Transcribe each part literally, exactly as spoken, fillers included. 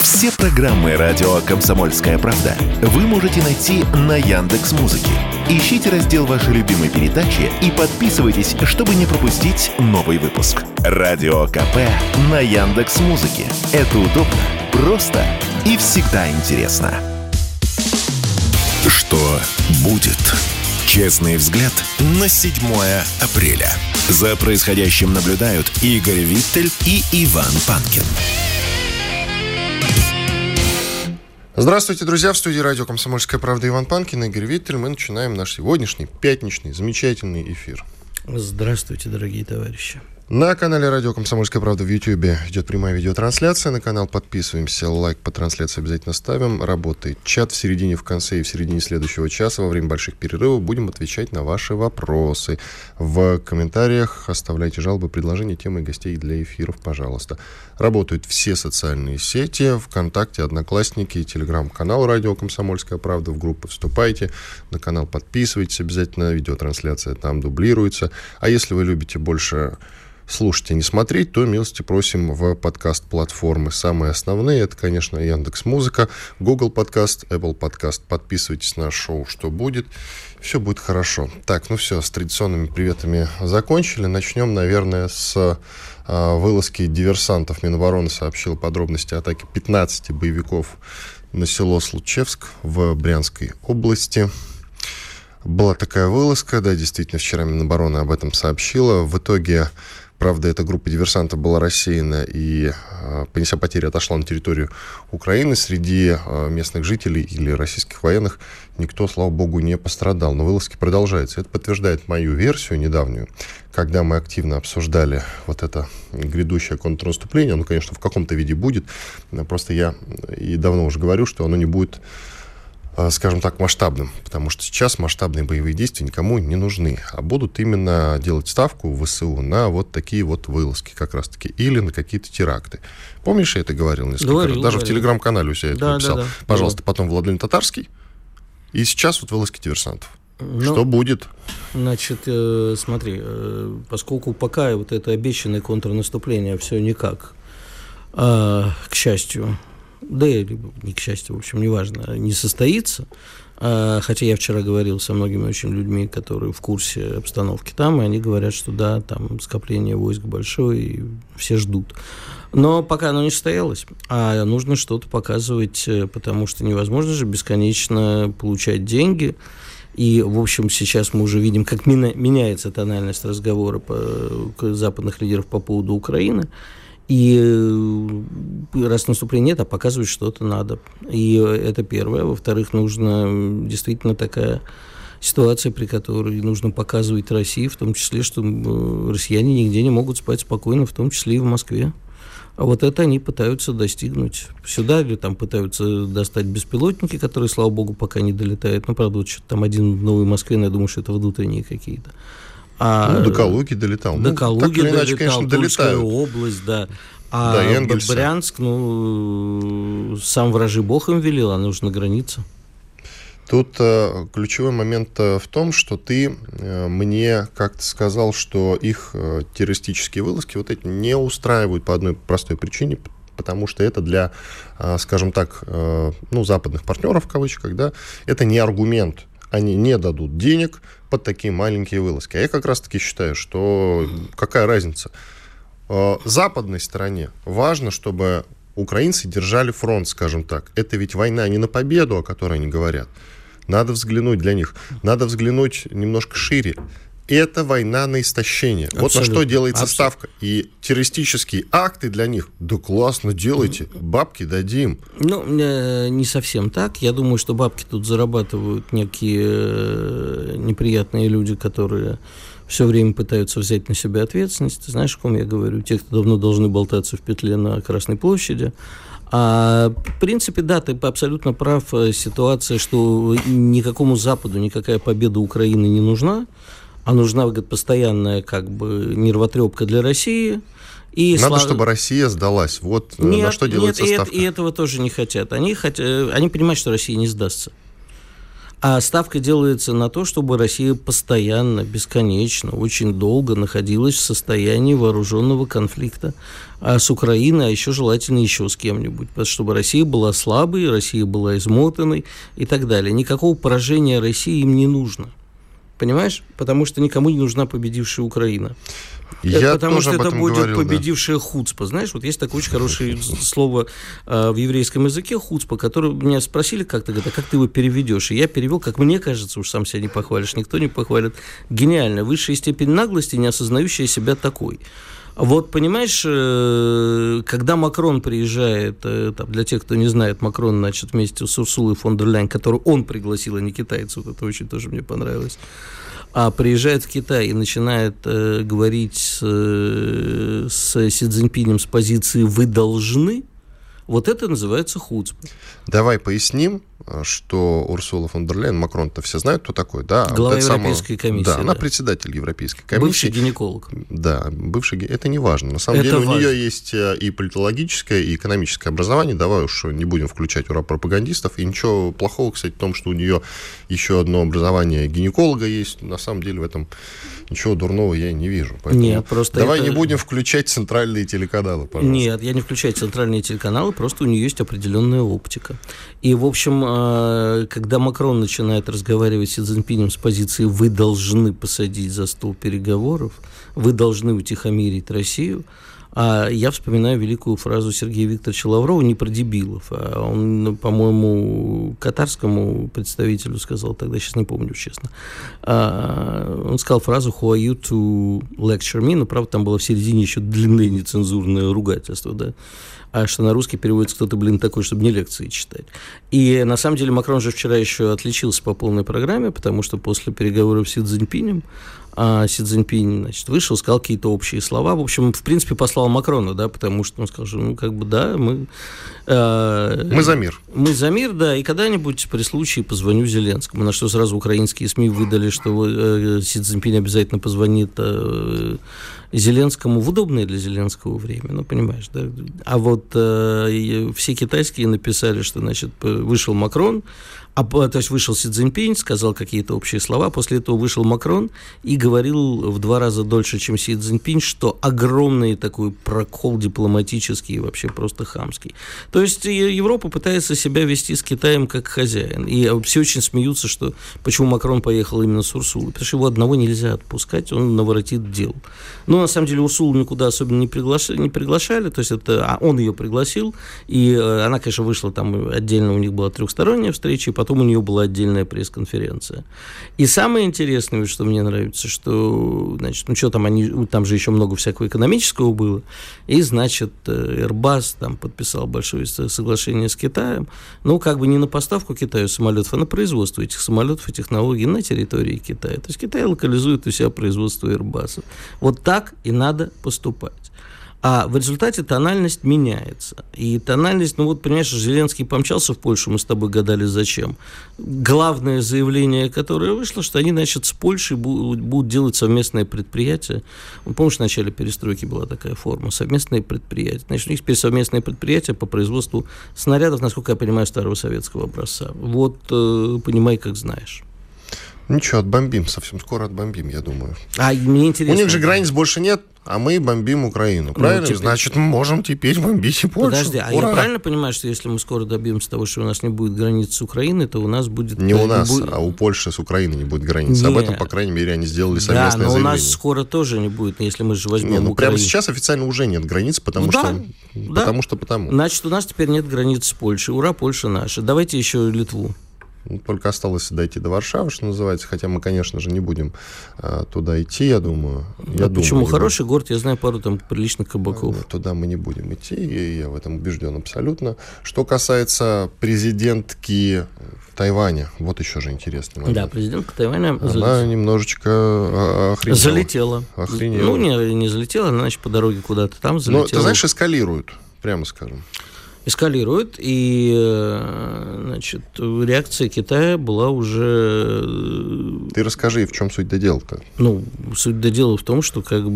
Все программы радио «Комсомольская правда» вы можете найти на Яндекс.Музыке. Ищите раздел вашей любимой передачи и подписывайтесь, чтобы не пропустить новый выпуск. Радио КП на Яндекс.Музыке. Это удобно, просто и всегда интересно. Что будет? Честный взгляд на седьмое апреля. За происходящим наблюдают Игорь Виттель и Иван Панкин. Здравствуйте, друзья! В студии радио «Комсомольская правда» Иван Панкин, Игорь Виттель. Мы начинаем наш сегодняшний пятничный замечательный эфир. Здравствуйте, дорогие товарищи. На канале радио «Комсомольская правда» в Ютьюбе идет прямая видеотрансляция. На канал подписываемся, лайк по трансляции обязательно ставим. Работает чат в середине, в конце и в середине следующего часа. Во время больших перерывов будем отвечать на ваши вопросы. В комментариях оставляйте жалобы, предложения, темы и гостей для эфиров, пожалуйста. Работают все социальные сети. ВКонтакте, Одноклассники, Телеграм-канал радио «Комсомольская правда». В группы вступайте, на канал подписывайтесь обязательно. Видеотрансляция там дублируется. А если вы любите больше слушать, а не смотреть, то милости просим в подкаст-платформы. Самые основные — это, конечно, Яндекс.Музыка, Google Подкаст, Apple Подкаст. Подписывайтесь на шоу «Что будет?». Все будет хорошо. Так, ну все, с традиционными приветами закончили. Начнем, наверное, с а, вылазки диверсантов. Минобороны сообщила подробности атаки пятнадцати боевиков на село Случевск в Брянской области. Была такая вылазка, да, действительно, вчера Минобороны об этом сообщила. В итоге, правда, эта группа диверсантов была рассеяна и, понеся потери, отошла на территорию Украины. Среди местных жителей или российских военных никто, слава богу, не пострадал. Но вылазки продолжаются. Это подтверждает мою версию недавнюю, когда мы активно обсуждали вот это грядущее контрнаступление. Оно, конечно, в каком-то виде будет. Просто я и давно уже говорю, что оно не будет, скажем так, масштабным, потому что сейчас масштабные боевые действия никому не нужны, а будут именно делать ставку в ВСУ на вот такие вот вылазки как раз-таки, или на какие-то теракты. Помнишь, я это говорил несколько говорил, раз? Даже говорил. в Телеграм-канале у себя это да, написал. Да, да, Пожалуйста, да. потом Владимир Татарский, и сейчас вот вылазки диверсантов. Ну, что будет? Значит, э, смотри, э, поскольку пока вот это обещанное контрнаступление все никак, э, к счастью, да и не к счастью, в общем, неважно, не состоится. А, хотя я вчера говорил со многими очень людьми, которые в курсе обстановки там, и они говорят, что да, там скопление войск большое, и все ждут. Но пока оно не состоялось, а нужно что-то показывать, потому что невозможно же бесконечно получать деньги. И, в общем, сейчас мы уже видим, как меняется тональность разговора по, западных лидеров по поводу Украины. И раз наступления нет, а показывать что-то надо. И это первое. Во-вторых, нужно действительно такая ситуация, при которой нужно показывать России, в том числе, что россияне нигде не могут спать спокойно, в том числе и в Москве. А вот это они пытаются достигнуть. Сюда или там пытаются достать беспилотники, которые, слава богу, пока не долетают. Ну, правда, вот что-то там один в Новой Москве, но я думаю, что это внутренние какие-то. А, ну, до Калуги долетал. До ну, Калуги так или иначе, долетал, конечно, Тульская долетают. область, да. А да, Брянск, ну, сам вражий бог им велел, а нужна граница. Тут э, ключевой момент э, в том, что ты э, мне как-то сказал, что их э, террористические вылазки вот эти не устраивают по одной простой причине, потому что это для, э, скажем так, э, ну, западных партнеров, в кавычках, да, это не аргумент. Они не дадут денег под такие маленькие вылазки. А я как раз-таки считаю, что какая разница? Э, западной стороне важно, чтобы украинцы держали фронт, скажем так. Это ведь война не на победу, о которой они говорят. Надо взглянуть для них. Надо взглянуть немножко шире. Это война на истощение. Абсолютно. Вот на что делается Абсолютно. ставка. И террористические акты для них, да классно, делайте, бабки дадим. Ну, не совсем так. Я думаю, что бабки тут зарабатывают некие неприятные люди, которые все время пытаются взять на себя ответственность. Ты знаешь, о ком я говорю? Те, кто давно должны болтаться в петле на Красной площади. А, в принципе, да, ты абсолютно прав. Ситуация, что никакому Западу никакая победа Украины не нужна, а нужна, говорит, постоянная как бы нервотрепка для России. И Надо, слав... чтобы Россия сдалась. Вот нет, на что делается нет, ставка. И, и этого тоже не хотят. Они, хотят, они понимают, что Россия не сдастся. А ставка делается на то, чтобы Россия постоянно, бесконечно, очень долго находилась в состоянии вооруженного конфликта а с Украиной, а еще желательно еще с кем-нибудь, чтобы Россия была слабой, Россия была измотанной и так далее. Никакого поражения России им не нужно. Понимаешь? Потому что никому не нужна победившая Украина. Я Потому что это будет говорил, победившая да. хуцпа. Знаешь, вот есть такое очень хорошее слово э, в еврейском языке хуцпа, которое меня спросили как-то, говорят, а как ты его переведешь? И я перевел, как мне кажется, уж сам себя не похвалишь, никто не похвалит. Гениально. Высшая степень наглости, не осознающая себя такой. Вот, понимаешь, когда Макрон приезжает, там, для тех, кто не знает, Макрон, значит, вместе с Урсулой фон дер Ляйен, которую он пригласил, а не китайцев, это очень тоже мне понравилось, а приезжает в Китай и начинает э, говорить с, э, с Си Цзиньпинем с позиции «вы должны», вот это называется хуцпа. Давай поясним, что Урсула фон дер Ляйен, Макрон-то все знают, кто такой, да? Глава вот Европейской самая... комиссии. Да, да, она председатель Европейской комиссии. Бывший гинеколог. Да, бывший гинеколог. Это не важно. На самом это деле важно. У нее есть и политологическое, и экономическое образование. Давай уж не будем включать ура пропагандистов. И ничего плохого, кстати, в том, что у нее еще одно образование гинеколога есть. На самом деле в этом ничего дурного я не вижу. Поэтому Нет, просто давай это... не будем включать центральные телеканалы, пожалуйста. Нет, я не включаю центральные телеканалы, просто у нее есть определенная оптика. И, в общем, когда Макрон начинает разговаривать с Си Цзиньпинем с позиции «вы должны посадить за стол переговоров», «вы должны утихомирить Россию», а я вспоминаю великую фразу Сергея Викторовича Лаврова, не про дебилов, а он, по-моему, катарскому представителю сказал, тогда сейчас не помню, честно. А, он сказал фразу «Who are you to lecture me?», но, правда, там было в середине еще длинное нецензурное ругательство, да, а что на русский переводится «кто-то, блин, такой, чтобы не лекции читать». И, на самом деле, Макрон же вчера еще отличился по полной программе, потому что после переговоров с Си Цзиньпинем а Си Цзиньпинь, значит, вышел, сказал какие-то общие слова. В общем, в принципе, послал Макрона, да, потому что он сказал, что, ну, как бы, да, мы... Э, мы за мир. Мы за мир, да, и когда-нибудь при случае позвоню Зеленскому. На что сразу украинские СМИ выдали, что э, Си Цзиньпинь обязательно позвонит э, Зеленскому в удобное для Зеленского время, ну, понимаешь, да. А вот э, все китайские написали, что, значит, вышел Макрон, а, то есть вышел Си Цзиньпинь, сказал какие-то общие слова, после этого вышел Макрон и говорил в два раза дольше, чем Си Цзиньпинь, что огромный такой прокол дипломатический и вообще просто хамский. То есть Европа пытается себя вести с Китаем как хозяин, и все очень смеются, что почему Макрон поехал именно с Урсулой, потому что его одного нельзя отпускать, он наворотит дел. Но на самом деле Урсулу никуда особенно не приглашали, не приглашали, то есть это, а он ее пригласил, и она, конечно, вышла там отдельно, у них была трехсторонняя встреча, и потом у нее была отдельная пресс-конференция. И самое интересное, что мне нравится, что, значит, ну что там, они, там же еще много всякого экономического было, и, значит, Airbus там подписал большое соглашение с Китаем, ну, как бы не на поставку Китаю самолетов, а на производство этих самолетов и технологий на территории Китая. То есть Китай локализует у себя производство Airbus. Вот так и надо поступать. А в результате тональность меняется. И тональность, ну вот, понимаешь, Зеленский помчался в Польшу, мы с тобой гадали, зачем. Главное заявление, которое вышло, что они, значит, с Польшей будут, будут делать совместное предприятие. Ну, помнишь, в начале перестройки была такая форма, совместное предприятие. Значит, у них теперь совместное предприятие по производству снарядов, насколько я понимаю, старого советского образца. Вот, э, понимай, как знаешь. Ничего, отбомбим, совсем скоро отбомбим, я думаю. А мне интересно... У них же границ больше нет, а мы бомбим Украину, правильно? Ну, теперь... Значит, мы можем теперь бомбить и Польшу. Подожди, а Ура! Я правильно понимаю, что если мы скоро добьемся того, что у нас не будет границ с Украиной, то у нас будет... Не у нас, не будет... а у Польши с Украиной не будет границ. Не. Об этом, по крайней мере, они сделали совместное заявление. Да, но у нас скоро тоже не будет, если мы же возьмем не, ну, Украину. Прямо сейчас официально уже нет границ, потому да, что... Да. Потому что потому. Значит, у нас теперь нет границ с Польшей. Ура, Польша наша. Давайте еще Литву. Только осталось дойти до Варшавы, что называется, хотя мы, конечно же, не будем а, туда идти, я думаю. Я а думаю, почему? Хороший город, я знаю пару там приличных кабаков. А, туда мы не будем идти, и я в этом убежден абсолютно. Что касается президентки Тайваня, вот еще же интересный момент. Да, президентка Тайваня... Она залетела. немножечко охренела. Залетела. Охренела. Ну, не, не залетела, она, значит, по дороге куда-то там залетела. Ну, ты знаешь, эскалируют, прямо скажем. эскалирует, и, значит, реакция Китая была уже... Ты расскажи, в чем суть до дела-то? Ну, суть до дела в том, что как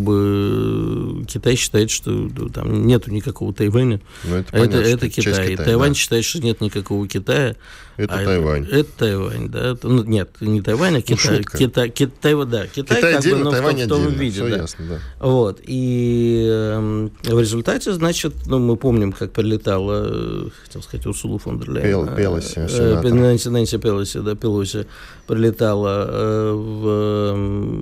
бы Китай считает, что там нету никакого Тайваня. Ну, это понятно, это, это Китай. Китая, Тайвань да. считает, что нет никакого Китая. Это а Тайвань. Это, это Тайвань, да. Ну, нет, не Тайвань, а Китай. Ну, Китай, Китай, да. Китай, Китай как отдельно, бы, но Тайвань в, в том отдельно. виде. Все да. ясно, да. Вот. И э, в результате, значит, ну, мы помним, как прилетала, хотел сказать, Урсула фон дер Ляйен. Пел, Пелоси, э, Нэнси, Нэнси Пелоси, да, Пелоси прилетала э, в,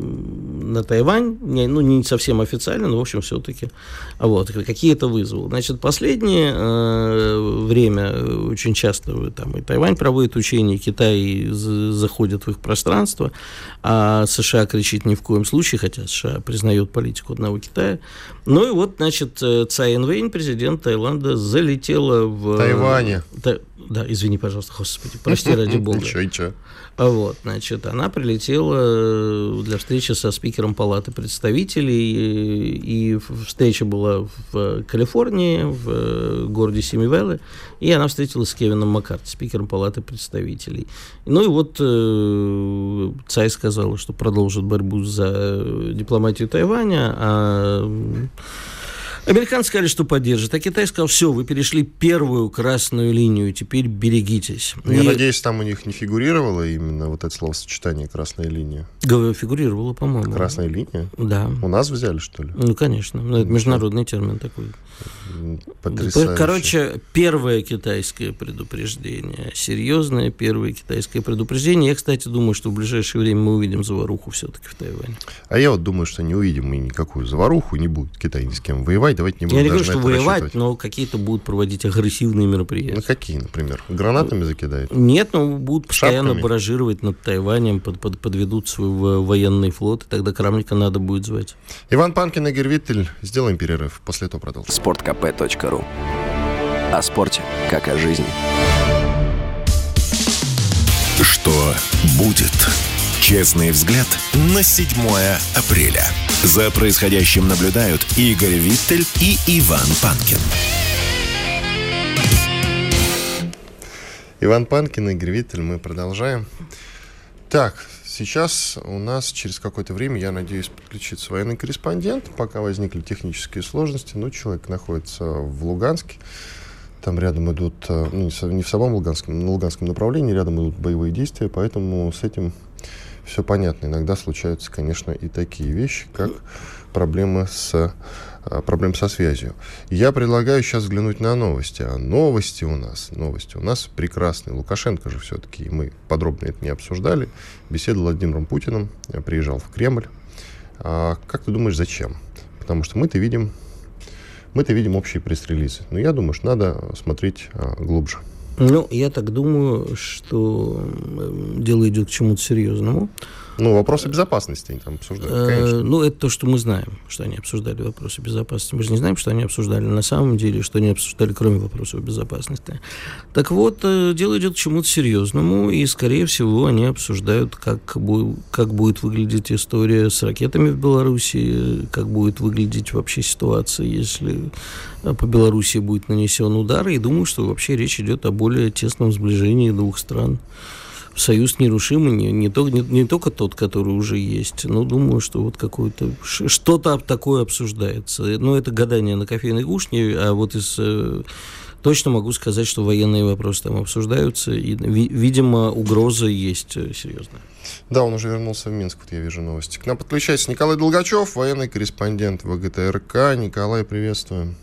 на Тайвань. Не, ну, не совсем официально, но, в общем, все-таки. Вот. Какие это вызвало. Значит, последнее э, время очень часто там и Тайвань проводит учения, Китай заходит в их пространство, а США кричит ни в коем случае, хотя США признает политику одного Китая. Ну и вот, значит, Цай Инвэнь, президент Таиланда, залетела в... Тайване. Да, да, извини, пожалуйста, господи, прости, ради бога. Ничего, ничего. Вот, значит, она прилетела для встречи со спикером Палаты представителей, и встреча была в Калифорнии, в городе Сими-Вэлли, и она встретилась с Кевином Маккарти, спикером Палаты представителей. Ну и вот э, Цай сказала, что продолжит борьбу за дипломатию Тайваня, а американцы сказали, что поддержат, а Китай сказал, все, вы перешли первую красную линию, теперь берегитесь. Я и... надеюсь, там у них не фигурировало именно вот это словосочетание «красная линия». Фигурировало, по-моему. Красная линия? Да. У нас взяли, что ли? Ну, конечно. Ну, это международный термин такой. Потрясающе. Короче, первое китайское предупреждение. Серьезное первое китайское предупреждение. Я, кстати, думаю, что в ближайшее время мы увидим заваруху все-таки в Тайване. А я вот думаю, что не увидим мы никакую заваруху, не будет Китай ни с кем воевать. Давайте не будем Я не даже говорю, что воевать, но какие-то будут проводить агрессивные мероприятия. Ну, какие, например? Гранатами закидают? Нет, но будут постоянно Шапками? баражировать над Тайванем, под, под, подведут свой военный флот, и тогда Крамника надо будет звать. Иван Панкин, Игорь Виттель. Сделаем перерыв. После этого продолжим. спорт кей пи точка ру. О спорте, как о жизни. Что будет? Честный взгляд на седьмое апреля. За происходящим наблюдают Игорь Виттель и Иван Панкин. Иван Панкин, Игорь Виттель. Мы продолжаем. Так, сейчас у нас через какое-то время, я надеюсь, подключится военный корреспондент. Пока возникли технические сложности. Ну, человек находится в Луганске. Там рядом идут, ну, не в самом Луганске, на Луганском направлении, рядом идут боевые действия, поэтому с этим все понятно. Иногда случаются, конечно, и такие вещи, как проблемы с, проблемы со связью. Я предлагаю сейчас взглянуть на новости. А новости у нас, новости у нас прекрасные. Лукашенко же все-таки, мы подробно это не обсуждали, беседовал с Владимиром Путиным, приезжал в Кремль. А как ты думаешь, зачем? Потому что мы-то видим, мы-то видим общие пресс-релизы. Но я думаю, что надо смотреть а, глубже. Ну, я так думаю, что дело идет к чему-то серьезному. Ну, вопросы безопасности они там обсуждали, конечно. Ну, это то, что мы знаем, что они обсуждали вопросы безопасности. Мы же не знаем, что они обсуждали на самом деле, что они обсуждали, кроме вопросов безопасности. Так вот, дело идет к чему-то серьезному, и, скорее всего, они обсуждают, как, бу- как будет выглядеть история с ракетами в Беларуси, как будет выглядеть вообще ситуация, если по Беларуси будет нанесен удар, и думаю, что вообще речь идет о более тесном сближении двух стран. Союз нерушимый, не, не, то, не, не только тот, который уже есть, но думаю, что вот какое-то что-то такое обсуждается. Но это гадание на кофейной гушне, а вот из... Точно могу сказать, что военные вопросы там обсуждаются, и, видимо, угроза есть серьезная. Да, он уже вернулся в Минск, вот я вижу новости. К нам подключается Николай Долгачев, военный корреспондент ВГТРК. Николай, приветствуем.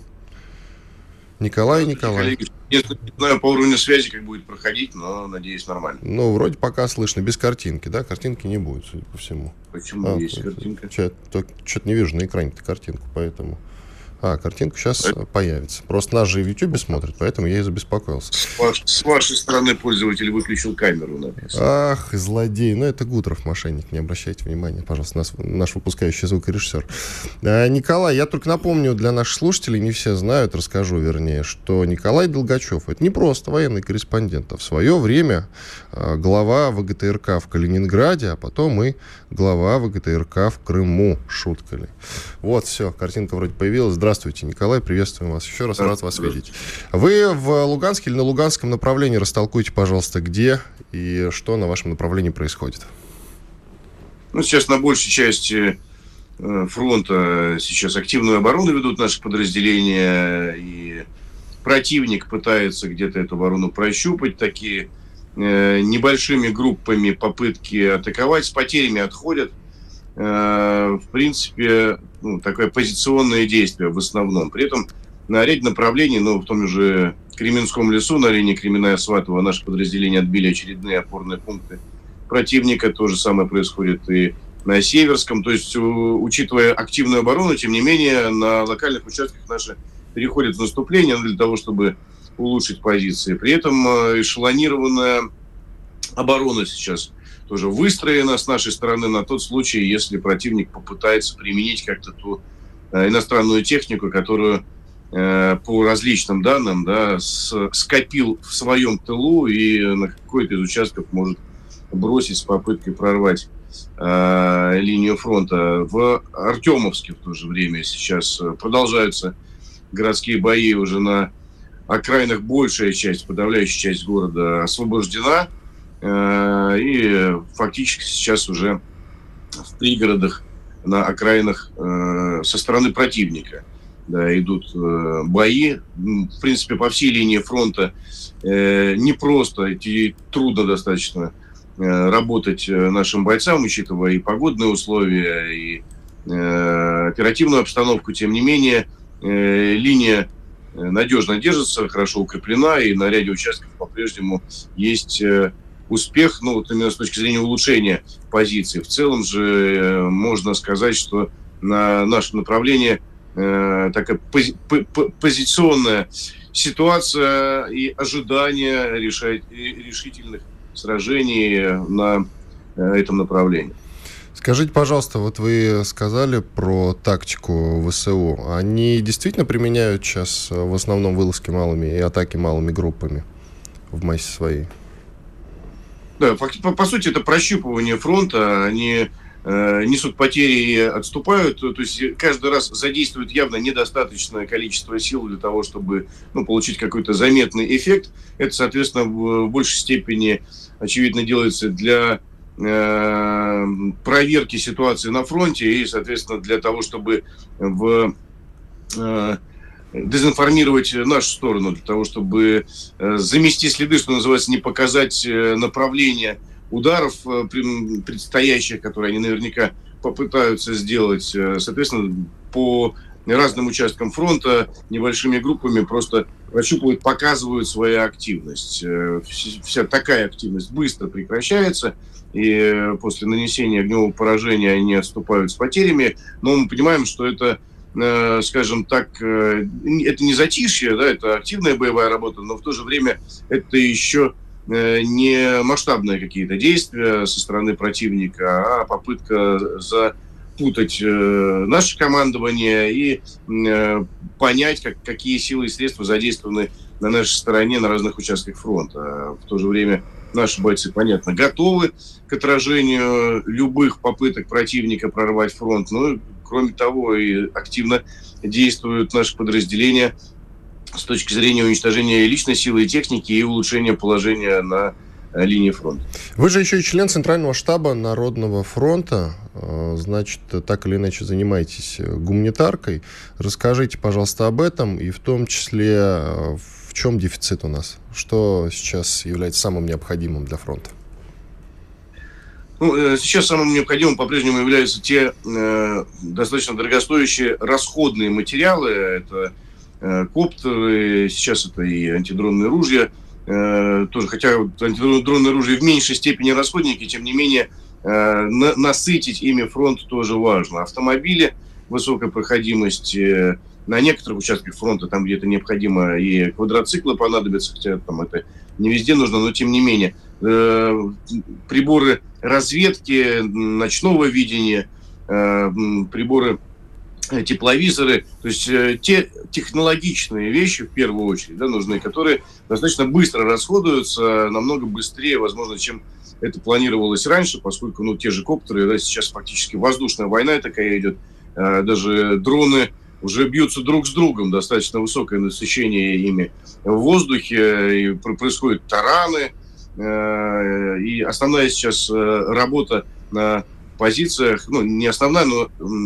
Николай, Николай. Коллеги, не знаю по уровню связи, как будет проходить, но, надеюсь, нормально. Ну, вроде пока слышно, без картинки, да? Картинки не будет, судя по всему. Почему а, есть картинка? Что-то не вижу на экране-то картинку, поэтому... А, картинка сейчас а? появится. Просто нас же и в Ютубе смотрят, поэтому я и забеспокоился. С, ваш, с вашей стороны пользователь выключил камеру, написано. Ах, злодей. Ну, это Гутров, мошенник, не обращайте внимания, пожалуйста, нас, наш выпускающий звукорежиссер. А, Николай, я только напомню для наших слушателей, не все знают, расскажу, вернее, что Николай Долгачев — это не просто военный корреспондент, а в свое время а, глава ВГТРК в Калининграде, а потом и глава ВГТРК в Крыму. Шутка ли. Вот, все, картинка вроде появилась. Здравствуйте. Здравствуйте, Николай, приветствуем вас. Еще раз рад вас видеть. Вы в Луганске или на Луганском направлении? Растолкуйте, пожалуйста, где и что на вашем направлении происходит. Ну, сейчас на большей части фронта сейчас активную оборону ведут наши подразделения, и противник пытается где-то эту оборону прощупать. Такие э, небольшими группами попытки атаковать, с потерями отходят. Э, в принципе, ну, такое позиционное действие в основном. При этом на ряде направлений, ну, в том же Кременском лесу, на линии Кременная-Сватово, наши подразделения отбили очередные опорные пункты противника. То же самое происходит и на Северском. То есть, у, учитывая активную оборону, тем не менее, на локальных участках наши переходят в наступление для того, чтобы улучшить позиции. При этом эшелонированная оборона сейчас тоже выстроена с нашей стороны на тот случай, если противник попытается применить как-то ту э, иностранную технику, которую э, по различным данным, да, с, скопил в своем тылу и на какой-то из участков может бросить с попыткой прорвать э, линию фронта. В Артемовске в то же время сейчас продолжаются городские бои. Уже на окраинах большая часть, подавляющая часть города освобождена. Э, и фактически сейчас уже в пригородах, на окраинах э, со стороны противника, да, идут э, бои. В принципе, по всей линии фронта э, непросто и трудно достаточно работать нашим бойцам, учитывая и погодные условия, и э, оперативную обстановку. Тем не менее, э, линия надежно держится, хорошо укреплена, и на ряде участков по-прежнему есть э, успех, ну, вот именно с точки зрения улучшения позиций. В целом же э, можно сказать, что на нашем направлении э, такая пози- п- позиционная ситуация и ожидание решать, решительных сражений на этом направлении. Скажите, пожалуйста, вот вы сказали про тактику ВСУ. Они действительно применяют сейчас в основном вылазки малыми и атаки малыми группами в массе своей? Да, по, по, по сути, это прощупывание фронта. Они э, несут потери и отступают. То есть каждый раз задействуют явно недостаточное количество сил для того, чтобы, ну, получить какой-то заметный эффект. Это, соответственно, в, в большей степени, очевидно, делается для э, проверки ситуации на фронте и, соответственно, для того, чтобы в, э, дезинформировать нашу сторону, для того, чтобы э, замести следы, что называется, не показать э, направление ударов э, предстоящих, которые они наверняка попытаются сделать. Э, соответственно, по разным участкам фронта небольшими группами просто прощупывают, показывают свою активность. Вся такая активность быстро прекращается, и после нанесения огневого поражения они отступают с потерями. Но мы понимаем, что это, скажем так, это не затишье, да, это активная боевая работа, но в то же время это еще не масштабные какие-то действия со стороны противника, а попытка за путать э, наше командование и э, понять, как, какие силы и средства задействованы на нашей стороне на разных участках фронта. В то же время наши бойцы, понятно, готовы к отражению любых попыток противника прорвать фронт. Но, кроме того, и активно действуют наши подразделения с точки зрения уничтожения личной силы и техники и улучшения положения на линии фронта. Вы же еще и член Центрального штаба Народного фронта, значит, так или иначе занимаетесь гуманитаркой. Расскажите, пожалуйста, об этом, и в том числе, в чем дефицит у нас? Что сейчас является самым необходимым для фронта? Ну, сейчас самым необходимым по-прежнему являются те э, достаточно дорогостоящие расходные материалы. Это э, коптеры, сейчас это и антидронные ружья. Тоже, хотя антидронные оружия в меньшей степени расходники, тем не менее на, насытить ими фронт тоже важно. Автомобили, высокая проходимость на некоторых участках фронта, там где-то необходимо, и квадроциклы понадобятся, хотя там это не везде нужно, но тем не менее. Приборы разведки, ночного видения, приборы, тепловизоры, то есть э, те технологичные вещи, в первую очередь, да, нужны, которые достаточно быстро расходуются, намного быстрее, возможно, чем это планировалось раньше, поскольку, ну, те же коптеры, да, сейчас фактически воздушная война такая идет, э, даже дроны уже бьются друг с другом, достаточно высокое насыщение ими в воздухе, и происходят тараны. И основная сейчас работа на позициях, ну, не основная, но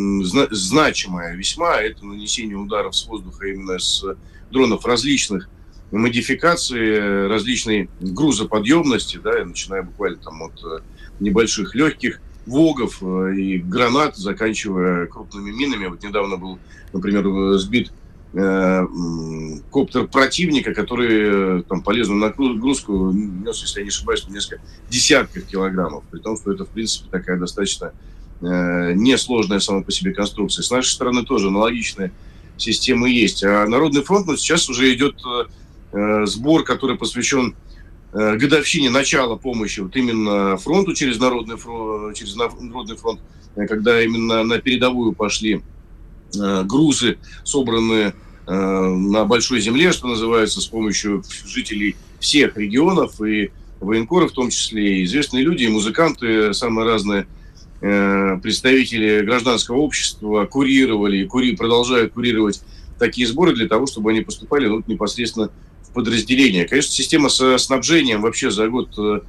значимая весьма, это нанесение ударов с воздуха именно с дронов различных модификаций, различной грузоподъемности, да, начиная буквально там от небольших легких ВОГов и гранат, заканчивая крупными минами. Вот недавно был, например, сбит э, коптер противника, который там полезную нагрузку нес, если я не ошибаюсь, несколько десятков килограммов, при том, что это, в принципе, такая достаточно э, несложная сама по себе конструкция. С нашей стороны тоже аналогичная система есть. А Народный фронт, ну, сейчас уже идет э, сбор, который посвящен годовщине начала помощи вот именно фронту через Народный фронт, через Народный фронт, когда именно на передовую пошли э, грузы, собранные э, на большой земле, что называется, с помощью жителей всех регионов и военкоров, в том числе и известные люди, и музыканты, самые разные э, представители гражданского общества курировали и кури, продолжают курировать такие сборы для того, чтобы они поступали ну, непосредственно подразделения. Конечно, система с снабжением вообще за год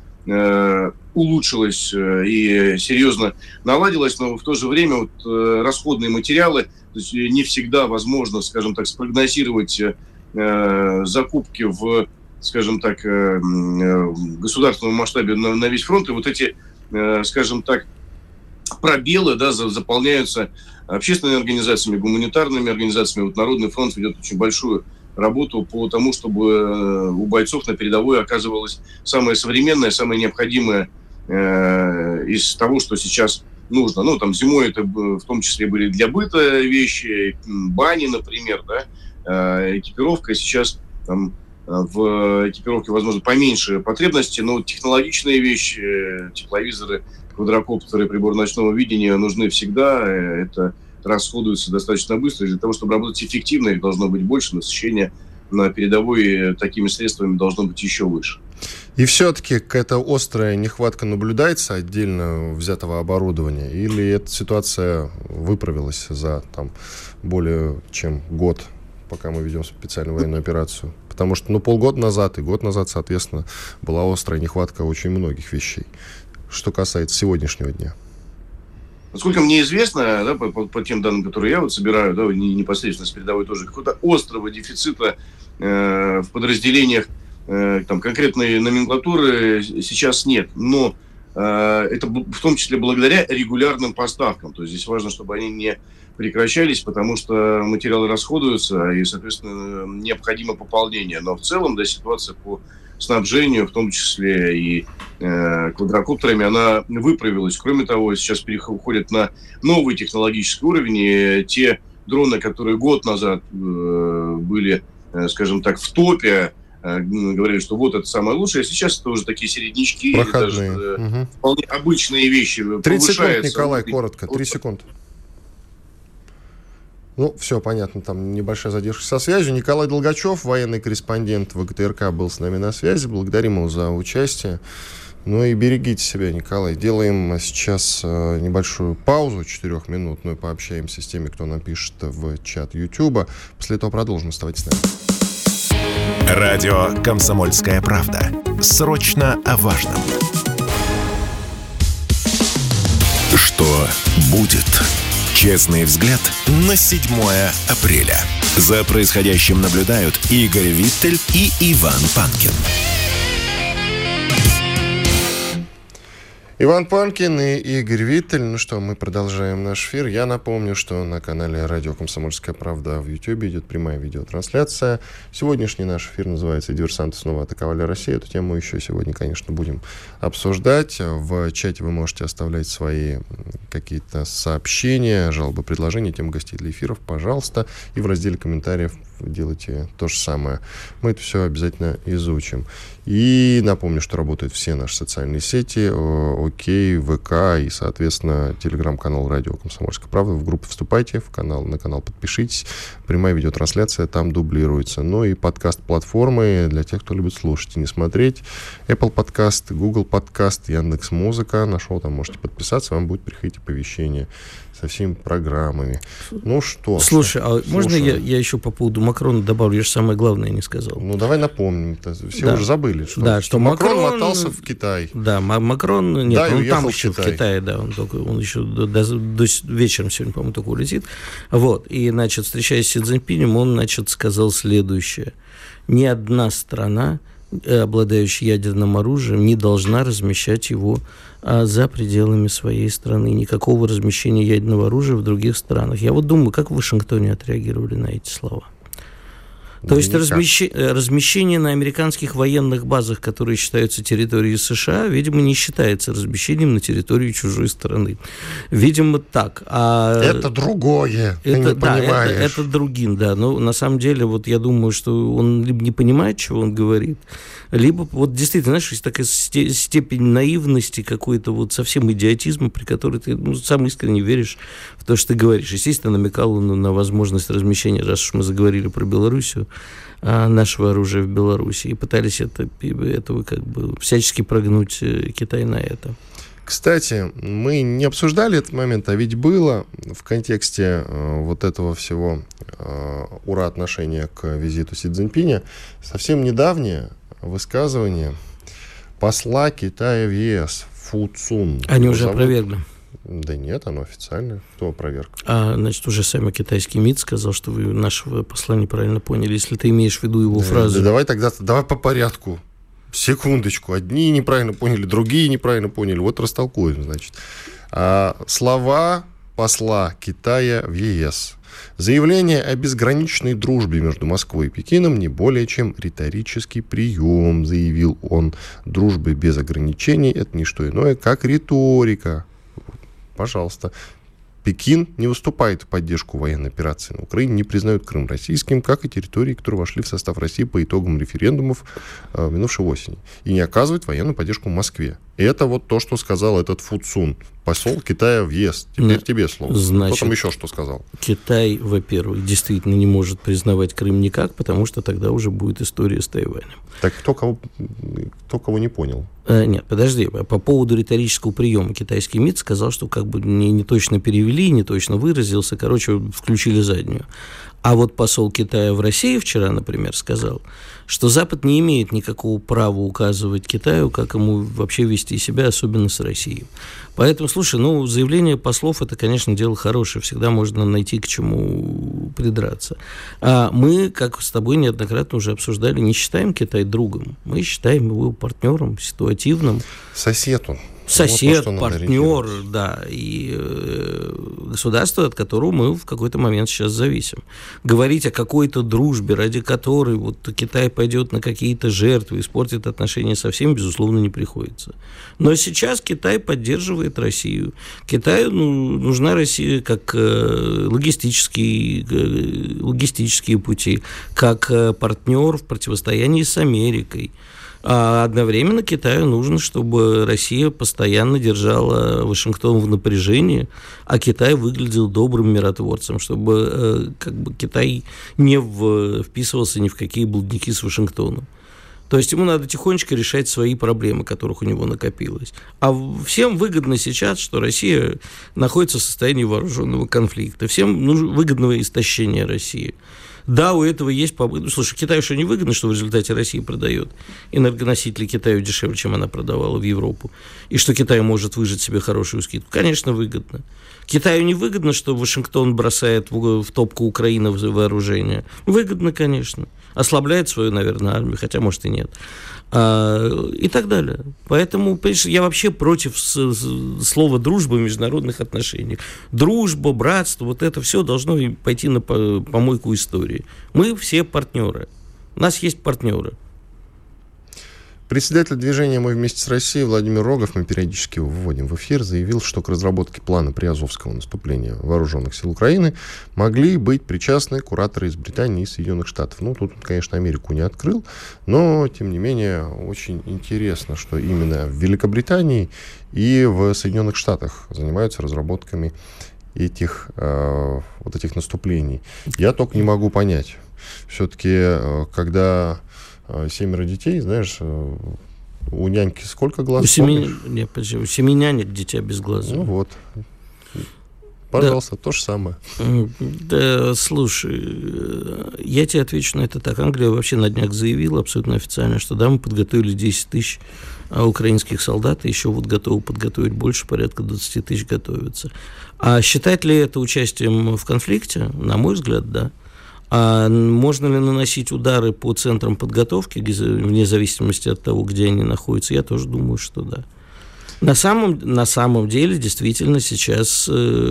э, улучшилась э, и серьезно наладилась, но в то же время вот, э, расходные материалы, то есть не всегда возможно, скажем так, спрогнозировать э, закупки в, скажем так, э, государственном масштабе на, на весь фронт. И вот эти, э, скажем так, пробелы да, заполняются общественными организациями, гуманитарными организациями. Вот Народный фронт ведет очень большую работу по тому, чтобы у бойцов на передовой оказывалось самое современное, самое необходимое э, из того, что сейчас нужно. Ну, там зимой это в том числе были для быта вещи, бани, например, да, э, экипировка. Сейчас там в экипировке, возможно, поменьше потребности, но технологичные вещи, тепловизоры, квадрокоптеры, прибор ночного видения нужны всегда. Это расходуются достаточно быстро. Для того, чтобы работать эффективно, их должно быть больше, насыщение на передовой такими средствами должно быть еще выше. И все-таки какая-то острая нехватка наблюдается отдельно взятого оборудования? Или эта ситуация выправилась за там, более чем год, пока мы ведем специальную военную операцию? Потому что ну, полгода назад и год назад, соответственно, была острая нехватка очень многих вещей. Что касается сегодняшнего дня. Насколько мне известно, да, по, по, по тем данным, которые я вот собираю, да, непосредственно с передовой тоже, какого-то острого дефицита э, в подразделениях э, там, конкретной номенклатуры сейчас нет. Но э, это в том числе благодаря регулярным поставкам. То есть здесь важно, чтобы они не прекращались, потому что материалы расходуются и, соответственно, необходимо пополнение. Но в целом, да, ситуация по снабжению, в том числе и э, квадрокоптерами, она выправилась. Кроме того, сейчас переходят на новый технологический уровень. И те дроны, которые год назад э, были, э, скажем так, в топе, э, говорили, что вот это самое лучшее, а сейчас это уже такие середнячки, проходные, даже, э, угу. вполне обычные вещи. тридцать секунд, Николай, коротко, три секунды. Ну, все понятно, там небольшая задержка со связью. Николай Долгачев, военный корреспондент ВГТРК, был с нами на связи. Благодарим его за участие. Ну и берегите себя, Николай. Делаем сейчас э, небольшую паузу, четырехминутную, пообщаемся с теми, кто нам пишет в чат Ютуба. После этого продолжим. Оставайтесь с нами. Радио «Комсомольская правда». Срочно о важном. Что будет? Честный взгляд на седьмое апреля. За происходящим наблюдают Игорь Виттель и Иван Панкин. Иван Панкин и Игорь Виттель. Ну что, мы продолжаем наш эфир. Я напомню, что на канале «Радио Комсомольская правда» в Ютьюбе идет прямая видеотрансляция. Сегодняшний наш эфир называется «Диверсанты снова атаковали Россию». Эту тему еще сегодня, конечно, будем обсуждать. В чате вы можете оставлять свои какие-то сообщения, жалобы, предложения, темы гостей для эфиров, пожалуйста. И в разделе комментариев делайте то же самое. Мы это все обязательно изучим. И напомню, что работают все наши социальные сети, ОК, ВК и, соответственно, телеграм-канал «Радио Комсомольская правда». В группу вступайте, в канал, на канал подпишитесь. Прямая видеотрансляция там дублируется. Ну и подкаст-платформы для тех, кто любит слушать и не смотреть. Apple подкаст, Google подкаст, Яндекс.Музыка. Нашел, там можете подписаться, вам будет приходить оповещение со всеми программами. Ну что? Слушай, что? а Слушаю. можно я, я еще по поводу Макрона добавлю? Я же самое главное не сказал. Ну, давай напомним. Все да. уже забыли, что, да, что, что Макрон, Макрон мотался в Китай. Да, Макрон... Нет, да, он там еще в, Китай. в Китае, да. Он, только, он еще до, до, до вечером сегодня, по-моему, только улетит. Вот. И, значит, встречаясь с Си Цзиньпинем, он, значит, сказал следующее. Ни одна страна, обладающая ядерным оружием, не должна размещать его а, за пределами своей страны. Никакого размещения ядерного оружия в других странах. Я вот думаю, как в Вашингтоне отреагировали на эти слова? То ну, есть размещ... размещение на американских военных базах, которые считаются территорией США, видимо, не считается размещением на территории чужой страны. Видимо, так. А... Это другое, это, ты не да, понимаешь. Это, это другим, да. Но на самом деле, вот я думаю, что он либо не понимает, чего он говорит, либо, вот действительно, знаешь, есть такая степень наивности, какой-то вот совсем идиотизма, при которой ты ну, сам искренне веришь в то, что ты говоришь. Естественно, намекал он на возможность размещения, раз уж мы заговорили про Белоруссию, нашего оружия в Беларуси, и пытались это, этого как бы всячески прогнуть Китай на это. Кстати, мы не обсуждали этот момент, а ведь было в контексте э, вот этого всего э, ура отношения к визиту Си Цзиньпиня совсем недавнее высказывание посла Китая в ЕС Фу Цун. Они уже зовут... опровергли. Да нет, оно официальное. Кто опроверг? А, значит, уже сам китайский МИД сказал, что вы нашего посла неправильно поняли, если ты имеешь в виду его да, фразу. Да, давай тогда, давай по порядку. Секундочку. Одни неправильно поняли, другие неправильно поняли. Вот растолкуем, значит. А, слова посла Китая в ЕС. Заявление о безграничной дружбе между Москвой и Пекином не более чем риторический прием, заявил он. Дружба без ограничений – это не что иное, как риторика. Пожалуйста. Пекин не выступает в поддержку военной операции на Украине, не признает Крым российским, как и территории, которые вошли в состав России по итогам референдумов э, минувшей осени, и не оказывает военную поддержку Москве. И это вот то, что сказал этот Фу Цун, посол Китая в ЕС. Теперь ну, тебе слово. Значит, кто там еще что сказал? Китай, во-первых, действительно не может признавать Крым никак, потому что тогда уже будет история с Тайванем. Так кто кого, кто кого не понял? А, нет, подожди. По поводу риторического приема китайский МИД сказал, что как бы не, не точно перевели, не точно выразился, короче, включили заднюю. А вот посол Китая в России вчера, например, сказал, что Запад не имеет никакого права указывать Китаю, как ему вообще вести себя, особенно с Россией. Поэтому, слушай, ну, заявление послов – это, конечно, дело хорошее, всегда можно найти к чему придраться. А мы, как с тобой неоднократно уже обсуждали, не считаем Китай другом, мы считаем его партнером, ситуативным. Сосед он. Сосед, вот партнер, да, и э, государство, от которого мы в какой-то момент сейчас зависим. Говорить о какой-то дружбе, ради которой вот Китай пойдет на какие-то жертвы, испортит отношения со всеми, безусловно, не приходится. Но сейчас Китай поддерживает Россию. Китаю ну, нужна Россия как э, логистические, э, логистические пути, как э, партнер в противостоянии с Америкой. А одновременно Китаю нужно, чтобы Россия постоянно держала Вашингтон в напряжении, а Китай выглядел добрым миротворцем, чтобы э, как бы Китай не в, вписывался ни в какие блудники с Вашингтоном. То есть ему надо тихонечко решать свои проблемы, которых у него накопилось. А всем выгодно сейчас, что Россия находится в состоянии вооруженного конфликта. Всем нужно выгодного истощения России. Да, у этого есть побыт. Слушай, Китаю что, не выгодно, что в результате Россия продает энергоносители Китаю дешевле, чем она продавала в Европу, и что Китай может выжать себе хорошую скидку? Конечно, выгодно. Китаю не выгодно, что Вашингтон бросает в, в топку Украины вооружение? Выгодно, конечно. Ослабляет свою, наверное, армию, хотя, может, и нет. А, и так далее. Поэтому, понимаешь, я вообще против с, с, слова «дружба» в международных отношениях. Дружба, братство, вот это все должно пойти на помойку истории. Мы все партнеры. У нас есть партнеры. Председатель движения «Мы вместе с Россией» Владимир Рогов, мы периодически его выводим в эфир, заявил, что к разработке плана приазовского наступления вооруженных сил Украины могли быть причастны кураторы из Британии и Соединенных Штатов. Ну, тут он, конечно, Америку не открыл, но, тем не менее, очень интересно, что именно в Великобритании и в Соединенных Штатах занимаются разработками этих, э, вот этих наступлений. Я только не могу понять. Все-таки, э, когда... Семеро детей, знаешь, у няньки сколько глаз? У семи, нет, подожди, у семи нянек дитя без глаз. Ну вот. Пожалуйста, да. То же самое. Да, слушай, я тебе отвечу на это так. Англия вообще на днях заявила абсолютно официально, что да, мы подготовили десять тысяч украинских солдат, и еще вот готовы подготовить больше, порядка двадцать тысяч готовятся. А считать ли это участием в конфликте? На мой взгляд, да. А можно ли наносить удары по центрам подготовки, вне зависимости от того, где они находятся? Я тоже думаю, что да. На самом, на самом деле, действительно, сейчас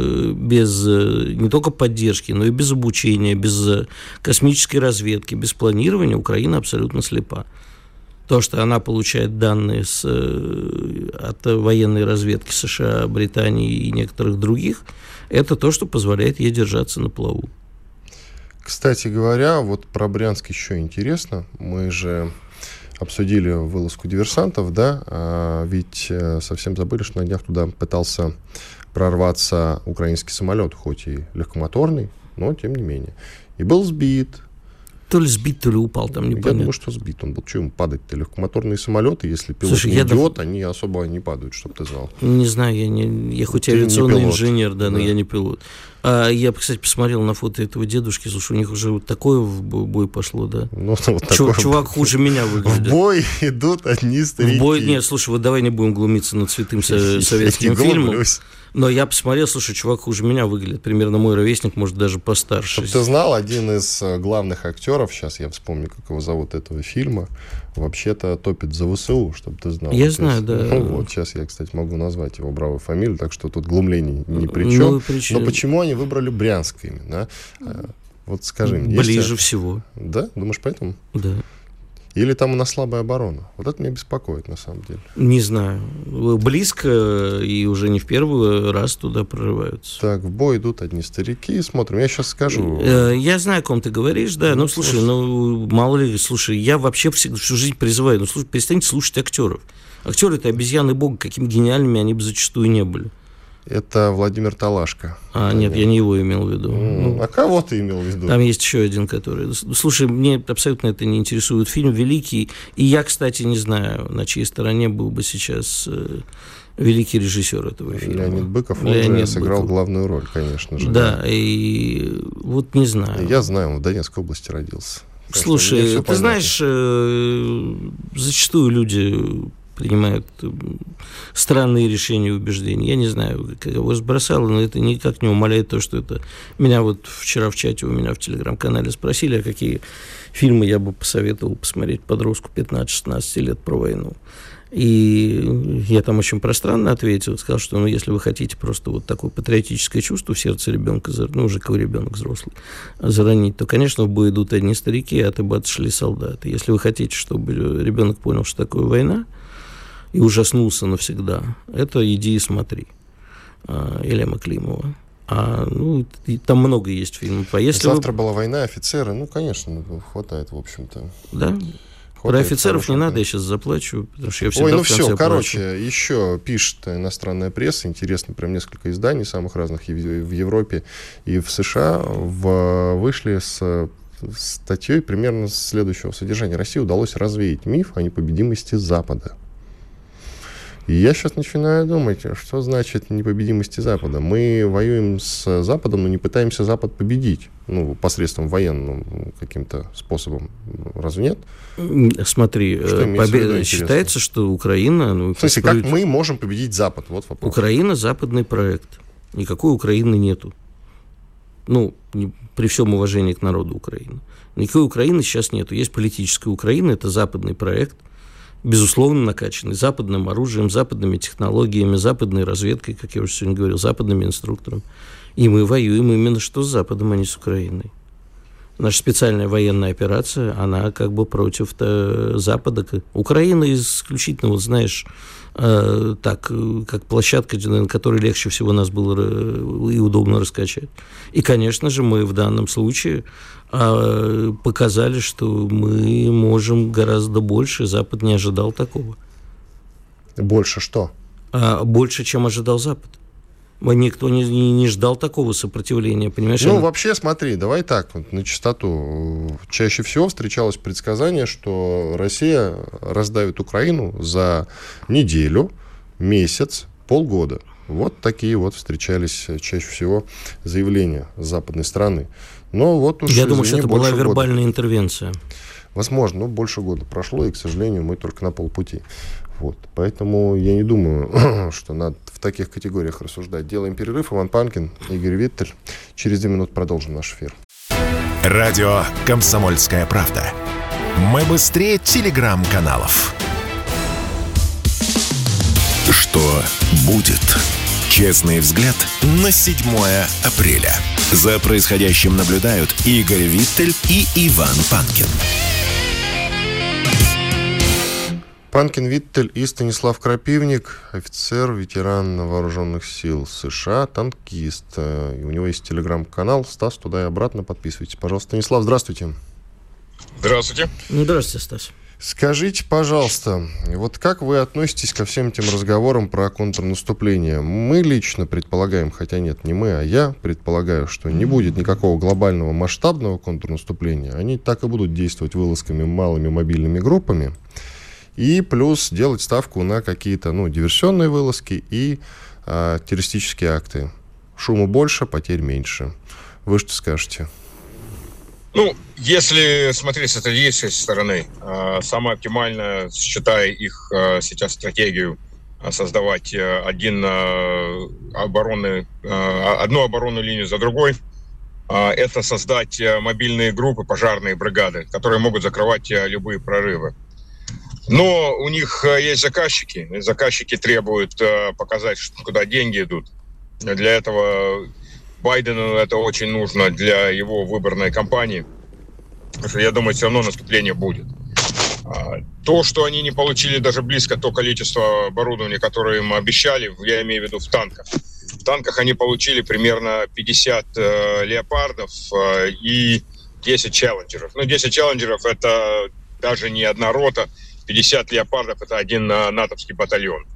без не только поддержки, но и без обучения, без космической разведки, без планирования Украина абсолютно слепа. То, что она получает данные с, от военной разведки США, Британии и некоторых других, это то, что позволяет ей держаться на плаву. Кстати говоря, вот про Брянск еще интересно. Мы же обсудили вылазку диверсантов, да, а ведь совсем забыли, что на днях туда пытался прорваться украинский самолет, хоть и легкомоторный, но тем не менее. И был сбит. То ли сбит, то ли упал, там непонятно. Я думаю, что сбит. Он был, что ему падать-то? Легкомоторные самолеты, если пилот Слушай, не я идиот, дав... они особо не падают, чтобы ты знал. Не знаю, я, не, я хоть авиационный инженер, да, но да. Я не пилот. А я, кстати, посмотрел на фото этого дедушки, слушай, у них уже вот такое в бой пошло, да? Ну, вот Чувак, такое... чувак хуже меня выглядит. В бой идут одни старики. В бой, нет, слушай, вот давай не будем глумиться над святым советским фильмом. Но я посмотрел, слушай, чувак хуже меня выглядит. Примерно мой ровесник, может, даже постарше. Чтобы ты знал, один из главных актеров, сейчас я вспомню, как его зовут, этого фильма, вообще-то топит за ВСУ, чтобы ты знал. Я То знаю, есть, да. Ну, вот, сейчас я, кстати, могу назвать его бравую фамилию, так что тут глумление ни при чем. Ну, при чем. Но почему они выбрали Брянск именно? Вот скажи мне. Ближе если... всего. Да? Думаешь, поэтому? Да. Или там у нас слабая оборона? Вот это меня беспокоит, на самом деле. Не знаю. Близко, и уже не в первый раз туда прорываются. Так, в бой идут одни старики. Смотрим, я сейчас скажу. Я знаю, о ком ты говоришь, да. Ну, ну слушай, слушай, ну, мало ли, слушай, я вообще всю, всю жизнь призываю, ну, слушай, перестаньте слушать актеров. Актеры — это обезьяны бога, какими гениальными они бы зачастую не были. Это Владимир Талашко. А, нет, нет, я не его имел в виду. Mm, ну, а кого ты имел в виду? Там есть еще один, который... Слушай, мне абсолютно это не интересует. Фильм великий. И я, кстати, не знаю, на чьей стороне был бы сейчас э, великий режиссер этого фильма. Леонид Быков, он Леонид же сыграл Быков. главную роль, конечно же. Да, да, и вот не знаю. Я знаю, он в Донецкой области родился. Слушай, ты понятно. знаешь, э, зачастую люди... принимают странные решения и убеждения. Я не знаю, как его сбросало, но это никак не умаляет то, что это... Меня вот вчера в чате у меня в телеграм-канале спросили, а какие фильмы я бы посоветовал посмотреть подростку пятнадцать-шестнадцать лет про войну. И я там очень пространно ответил, сказал, что ну, если вы хотите просто вот такое патриотическое чувство в сердце ребенка, ну, уже как ребенок взрослый, заронить, то, конечно, в бой идут одни старики, а от иба отшли солдаты. Если вы хотите, чтобы ребенок понял, что такое война, и ужаснулся навсегда, это «Иди и смотри» Елема Климова. А, ну, и там много есть фильмов. А если Завтра вы... была война, офицеры, ну, конечно, хватает, в общем-то. Да? Про офицеров не надо, я сейчас заплачу, потому что я всегда Ой, ну в конце все, короче, плачу. Еще пишет иностранная пресса, интересно, прям несколько изданий самых разных и в Европе, и в США в, вышли с статьей примерно следующего содержания. России удалось развеять миф о непобедимости Запада. И я сейчас начинаю думать, что значит непобедимости Запада. Мы воюем с Западом, но не пытаемся Запад победить. Ну, посредством военным каким-то способом. Разве нет? Смотри, победа... считается, что Украина... Ну, в смысле, как мы можем победить Запад? Вот вопрос. Украина — западный проект. Никакой Украины нету. Ну, не, при всем уважении к народу Украины. Никакой Украины сейчас нету. Есть политическая Украина, это западный проект, безусловно, накачанный западным оружием, западными технологиями, западной разведкой, как я уже сегодня говорил, западными инструкторами. И мы воюем именно что с Западом, а не с Украиной. наша специальная военная операция, она как бы против Запада. Украина исключительно, вот знаешь, э, так, как площадка, на которой легче всего нас было и удобно раскачать. И, конечно же, мы в данном случае э, показали, что мы можем гораздо больше. Запад не ожидал такого. Больше что? А, больше, чем ожидал Запад. Никто не, не, не ждал такого сопротивления, понимаешь? Ну, она... вообще, смотри, давай так, вот, на чистоту. Чаще всего встречалось предсказание, что Россия раздавит Украину за неделю, месяц, полгода. Вот такие вот встречались чаще всего заявления с западной стороны. Но вот уж, Я извини, думаю, что это была вербальная года. интервенция. Возможно, но больше года прошло, и, к сожалению, мы только на полпути. Вот. Поэтому я не думаю, что надо в таких категориях рассуждать. Делаем перерыв. Иван Панкин, Игорь Виттель. Через две минуты продолжим наш эфир. Радио «Комсомольская правда». Мы быстрее телеграм-каналов. Что будет? Честный взгляд на седьмое апреля. За происходящим наблюдают Игорь Виттель и Иван Панкин. Панкин, Виттель и Станислав Крапивник, офицер, ветеран вооруженных сил США, танкист. И у него есть телеграм-канал. Стас, туда и обратно подписывайтесь. Пожалуйста. Станислав, здравствуйте. Здравствуйте. Здравствуйте, Стас. Скажите, пожалуйста, вот как вы относитесь ко всем этим разговорам про контрнаступление? Мы лично предполагаем, хотя нет, не мы, а я предполагаю, что не будет никакого глобального масштабного контрнаступления. Они так и будут действовать вылазками малыми мобильными группами. И плюс делать ставку на какие-то, ну, диверсионные вылазки и а, террористические акты. Шума больше, потерь меньше. Вы что скажете? Ну, если смотреть с этой стороны, э, самое оптимальное, считая их э, сейчас стратегию, э, создавать э, один, э, оборонный, э, одну оборонную линию за другой, э, это создать э, мобильные группы, пожарные бригады, которые могут закрывать э, любые прорывы. Но у них есть заказчики, и заказчики требуют э, показать, куда деньги идут. Для этого Байдену это очень нужно для его выборной кампании. Потому что, я думаю, все равно наступление будет. А, то, что они не получили даже близко то количество оборудования, которое им обещали, я имею в виду в танках. В танках они получили примерно пятьдесят э, леопардов э, и десять челленджеров. Ну, десять челленджеров — это даже не одна рота. пятьдесят леопардов — это один uh, натовский батальон.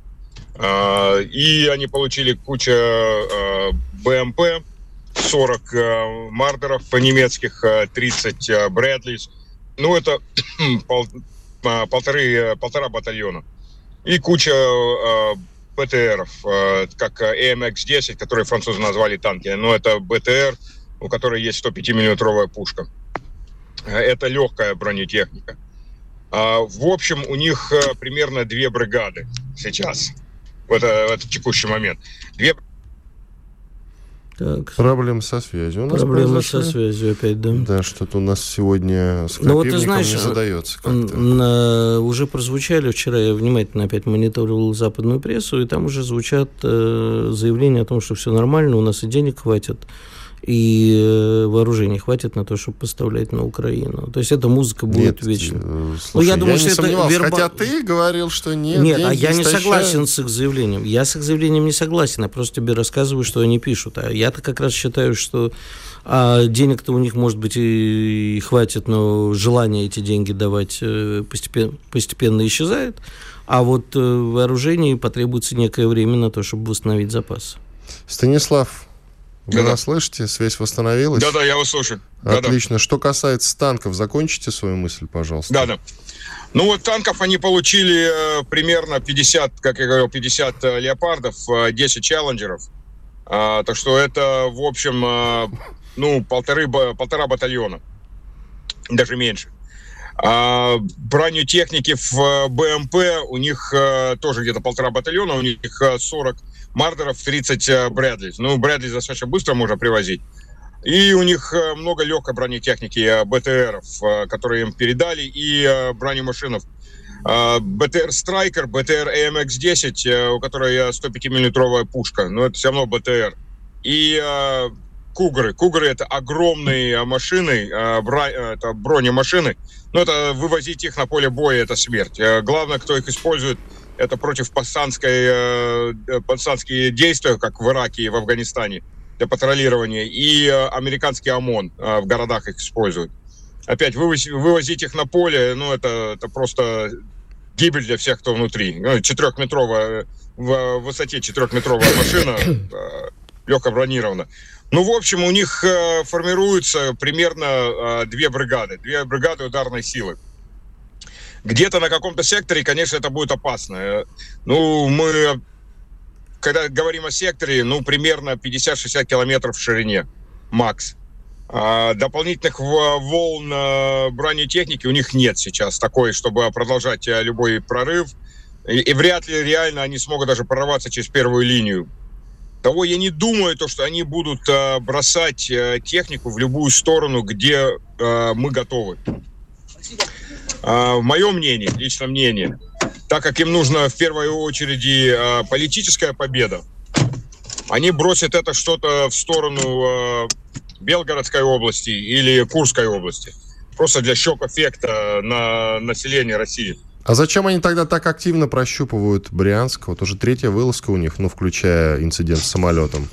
Uh, и они получили кучу uh, БМП, сорок uh, мардеров немецких, uh, тридцать uh, Брэдлис. Ну, это пол, uh, полторы, uh, полтора батальона. И куча uh, БТРов, uh, как э эм икс десять, которые французы назвали танки. Но это БТР, у которой есть сто пять миллиметровая пушка. Uh, это легкая бронетехника. А, в общем, у них а, примерно две бригады сейчас, в, это, в этот текущий момент. Две... Так. Проблемы со связью. У нас Проблемы произошли. со связью опять, да. Да, что-то у нас сегодня с ну, вот ты Крапивником знаешь, не задается как-то. На, уже прозвучали, вчера я внимательно опять мониторил западную прессу, и там уже звучат э, заявления о том, что все нормально, у нас и денег хватит, и э, вооружений хватит на то, чтобы поставлять на Украину. То есть эта музыка будет нет, вечно. Э, слушай, ну, я, думаю, я не сомневался, верба... хотя ты говорил, что нет. Нет, а я не истощают. согласен с их заявлением. Я с их заявлением не согласен, я просто тебе рассказываю, что они пишут. А я-то как раз считаю, что а, денег-то у них, может быть, и, и хватит, но желание эти деньги давать постепенно, постепенно исчезает. А вот э, вооружению потребуется некое время на то, чтобы восстановить запас. Станислав, вы Да-да. нас слышите? Связь восстановилась? Да-да, я вас слушаю. Отлично. Да-да. Что касается танков, закончите свою мысль, пожалуйста. Да-да. Ну вот танков они получили э, примерно пятьдесят, как я говорил, пятьдесят э, леопардов, э, десять челленджеров. А, так что это, в общем, э, ну, полторы, полтора батальона. Даже меньше. А, бронетехники в БМП у них э, тоже где-то полтора батальона, у них э, сорок мардеров, тридцать э, Брэдли. Ну, Брэдли достаточно быстро можно привозить. И у них э, много легкой бронетехники, э, БТРов, э, которые им передали, и э, бронемашинов. Э, БТР Страйкер, БТР э эм икс десять, э, у которой сто пять миллиметровая пушка, но это все равно БТР. И э, «Кугры». «Кугры» — это огромные машины, это бронемашины. Но это вывозить их на поле боя — это смерть. Главное, кто их использует, это против повстанской, повстанские действия, как в Ираке и в Афганистане, для патрулирования. И американский ОМОН в городах их использует. Опять, вывозить, вывозить их на поле, ну, это, это просто гибель для всех, кто внутри. Ну, четырехметровая, в высоте четырехметровая машина, легко бронирована. Ну, в общем, у них формируются примерно две бригады. Две бригады ударной силы. Где-то на каком-то секторе, конечно, это будет опасно. Ну, мы, когда говорим о секторе, ну, примерно пятьдесят-шестьдесят километров в ширине, макс. А дополнительных волн бронетехники у них нет сейчас такой, чтобы продолжать любой прорыв. И, и вряд ли реально они смогут даже прорваться через первую линию. Того я не думаю, то, что они будут а, бросать а, технику в любую сторону, где а, мы готовы. А, в моем мнении, личном мнении, так как им нужно в первую очередь а, политическая победа, они бросят это что-то в сторону а, Белгородской области или Курской области. Просто для шок-эффекта на население России. А зачем они тогда так активно прощупывают Брянск? Вот уже третья вылазка у них, ну, включая инцидент с самолетом.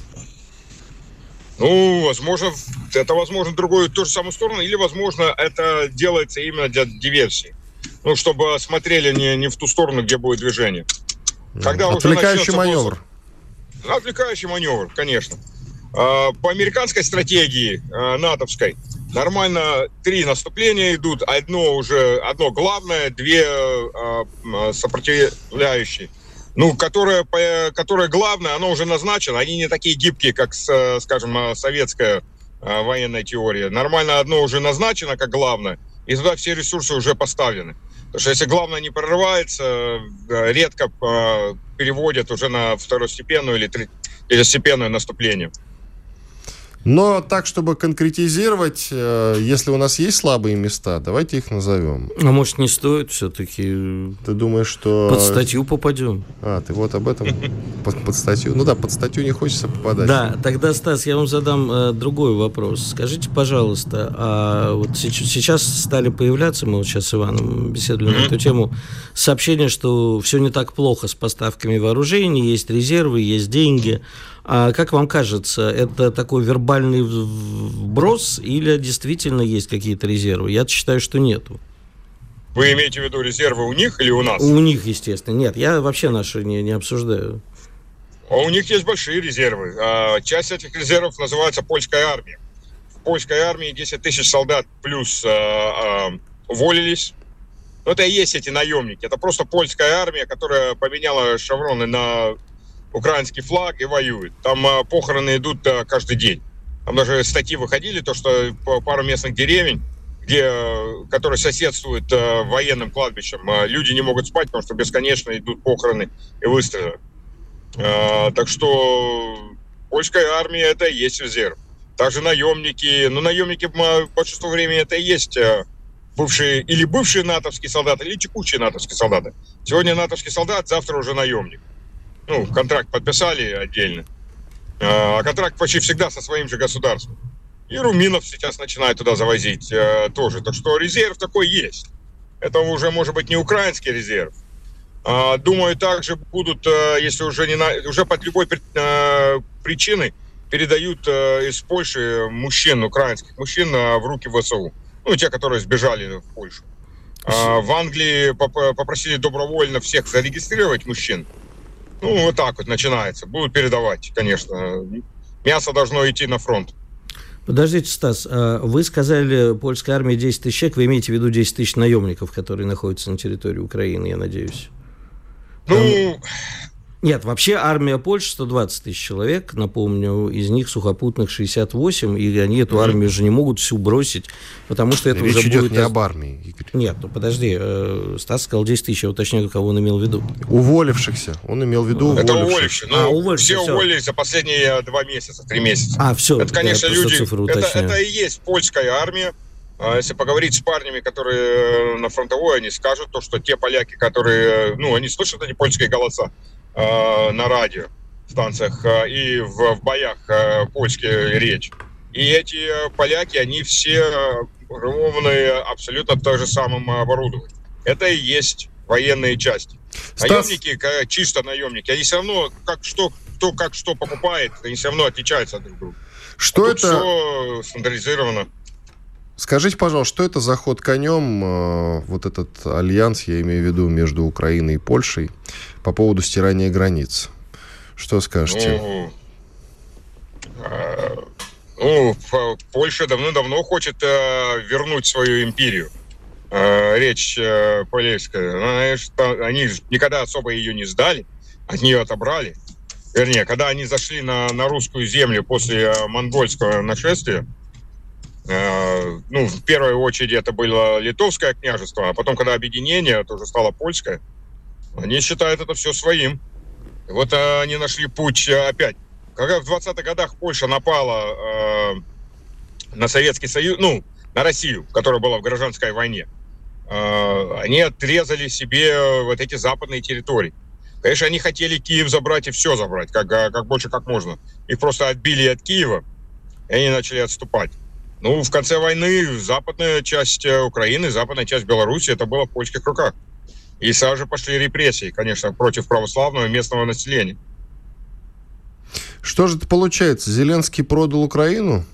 Ну, возможно, это, возможно, другую, ту же самую сторону, или, возможно, это делается именно для диверсии. Ну, чтобы смотрели не, не в ту сторону, где будет движение. Когда Отвлекающий маневр. Просто... Отвлекающий маневр, конечно. По американской стратегии, натовской, нормально три наступления идут. Одно уже, одно главное, две сопротивляющие. Ну, которое, которое главное, оно уже назначено. Они не такие гибкие, как, скажем, советская военная теория. Нормально одно уже назначено как главное, и туда все ресурсы уже поставлены. Потому что если главное не прорывается, редко переводят уже на второстепенную или третьестепенное наступление. Но так, чтобы конкретизировать, если у нас есть слабые места, давайте их назовем. А может, не стоит все-таки? Ты думаешь, что... Под статью попадем. А, ты вот об этом? Под, под статью? Ну да, под статью не хочется попадать. Да, тогда, Стас, я вам задам э, другой вопрос. Скажите, пожалуйста, а вот сейчас, сейчас стали появляться, мы вот сейчас с Иваном беседовали mm-hmm. на эту тему, сообщения, что все не так плохо с поставками вооружений, есть резервы, есть деньги. А как вам кажется, это такой вербальный вброс или действительно есть какие-то резервы? Я считаю, что нету. Вы имеете в виду резервы у них или у нас? У них, естественно. Нет, я вообще наши не, не обсуждаю. А у них есть большие резервы. Часть этих резервов называется польская армия. В польской армии десять тысяч солдат плюс уволились. Но это и есть эти наемники. Это просто польская армия, которая поменяла шевроны на... украинский флаг и воюет. Там а, похороны идут а, каждый день. Там даже статьи выходили, то, что пару местных деревень, где, которые соседствуют а, военным кладбищем, а, люди не могут спать, потому что бесконечно идут похороны и выстрелы. А, так что польская армия — это и есть резерв. Также наемники. Ну, наемники большинство времени это и есть а, бывшие или бывшие натовские солдаты, или текущие натовские солдаты. Сегодня натовский солдат, завтра уже наемник. Ну, контракт подписали отдельно. А контракт почти всегда со своим же государством. И румынов сейчас начинают туда завозить а, тоже. Так что резерв такой есть. Это уже, может быть, не украинский резерв. А, думаю, также будут, а, если уже не на, уже под любой а, причиной передают а, из Польши мужчин, украинских мужчин, а, в руки ВСУ. Ну, те, которые сбежали в Польшу. А, в Англии поп- попросили добровольно всех зарегистрировать мужчин. Ну, вот так вот начинается. Будут передавать, конечно. Мясо должно идти на фронт. Подождите, Стас, вы сказали, польская армия десять тысяч человек, вы имеете в виду десять тысяч наемников, которые находятся на территории Украины, я надеюсь? Ну... Нет, вообще армия Польши сто двадцать тысяч человек, напомню, из них сухопутных шестьдесят восемь, и они эту армию же не могут всю бросить, потому что это Речь уже идет будет... не об армии, Игорь. Нет, ну подожди, Стас сказал десять тысяч, я уточняю, кого он имел в виду. Уволившихся, он имел в виду это уволившихся. Ну, а, уволившихся, все все. уволились за последние два месяца, три месяца. А, все, это, конечно, да, люди... Это, это это и есть польская армия. Если поговорить с парнями, которые на фронтовой, они скажут, то, что те поляки, которые... Ну, они слышат эти польские голоса на радио станциях и в, в боях польские речь. И эти поляки, они все ровные абсолютно то же самым оборудованием. Это и есть военные части. Стас... Наемники, чисто наемники, они все равно, как что, кто как что покупает, они все равно отличаются друг от друга. Что а это? Все стандартизировано. Скажите, пожалуйста, что это за ход конем, э, вот этот альянс, я имею в виду, между Украиной и Польшей по поводу стирания границ? Что скажете? Ну, э, ну Польша давно-давно хочет э, вернуть свою империю. Э, речь э, полейская. Они никогда особо ее не сдали, от нее отобрали. Вернее, когда они зашли на, на русскую землю после монгольского нашествия, э, ну, в первую очередь это было Литовское княжество, а потом, когда объединение, это уже стало польское, они считают это все своим. И вот э, они нашли путь э, опять. Когда в двадцатых годах Польша напала э, на Советский Союз, ну, на Россию, которая была в гражданской войне, э, они отрезали себе вот эти западные территории. Конечно, они хотели Киев забрать и все забрать, как, как больше, как можно. Их просто отбили от Киева, и они начали отступать. Ну, в конце войны западная часть Украины, западная часть Беларуси, это было в польских руках. И сразу же пошли репрессии, конечно, против православного местного населения. Что же это получается? Зеленский продал Украину?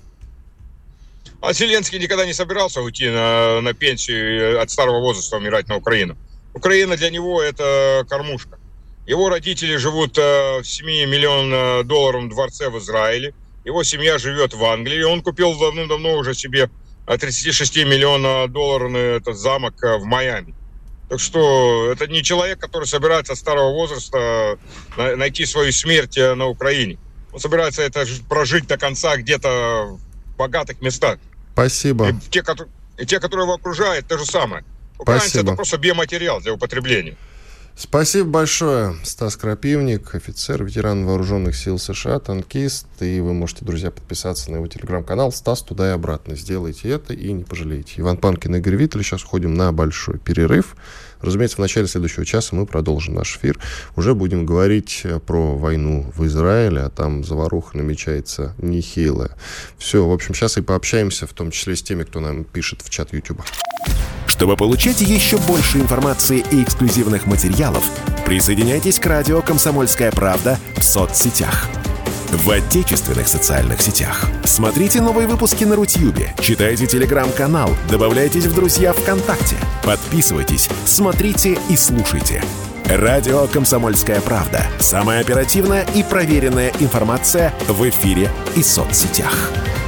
А Зеленский никогда не собирался уйти на, на пенсию от старого возраста, умирать на Украину. Украина для него это кормушка. Его родители живут э, в семимиллионном долларовом дворце в Израиле. Его семья живет в Англии. Он купил давно-давно уже себе тридцать шесть миллионов долларов этот замок э, в Майами. Так что это не человек, который собирается от старого возраста на, найти свою смерть на Украине. Он собирается это прожить до конца где-то в богатых местах. Спасибо. И те, которые, и те, которые его окружают, то же самое. Украинцы — это просто биоматериал для употребления. Спасибо большое. Стас Крапивник, офицер, ветеран вооруженных сил США, танкист. И вы можете, друзья, подписаться на его телеграм-канал «Стас туда и обратно». Сделайте это и не пожалеете. Иван Панкин и Игорь Виттель. Сейчас уходим на большой перерыв. Разумеется, в начале следующего часа мы продолжим наш эфир. Уже будем говорить про войну в Израиле, а там заваруха намечается нехилая. Все, в общем, сейчас и пообщаемся, в том числе с теми, кто нам пишет в чат Ютуба. Чтобы получать еще больше информации и эксклюзивных материалов, присоединяйтесь к радио «Комсомольская правда» в соцсетях. В отечественных социальных сетях. Смотрите новые выпуски на Рутьюбе, читайте телеграм-канал, добавляйтесь в друзья ВКонтакте, подписывайтесь, смотрите и слушайте. Радио «Комсомольская правда». Самая оперативная и проверенная информация в эфире и соцсетях.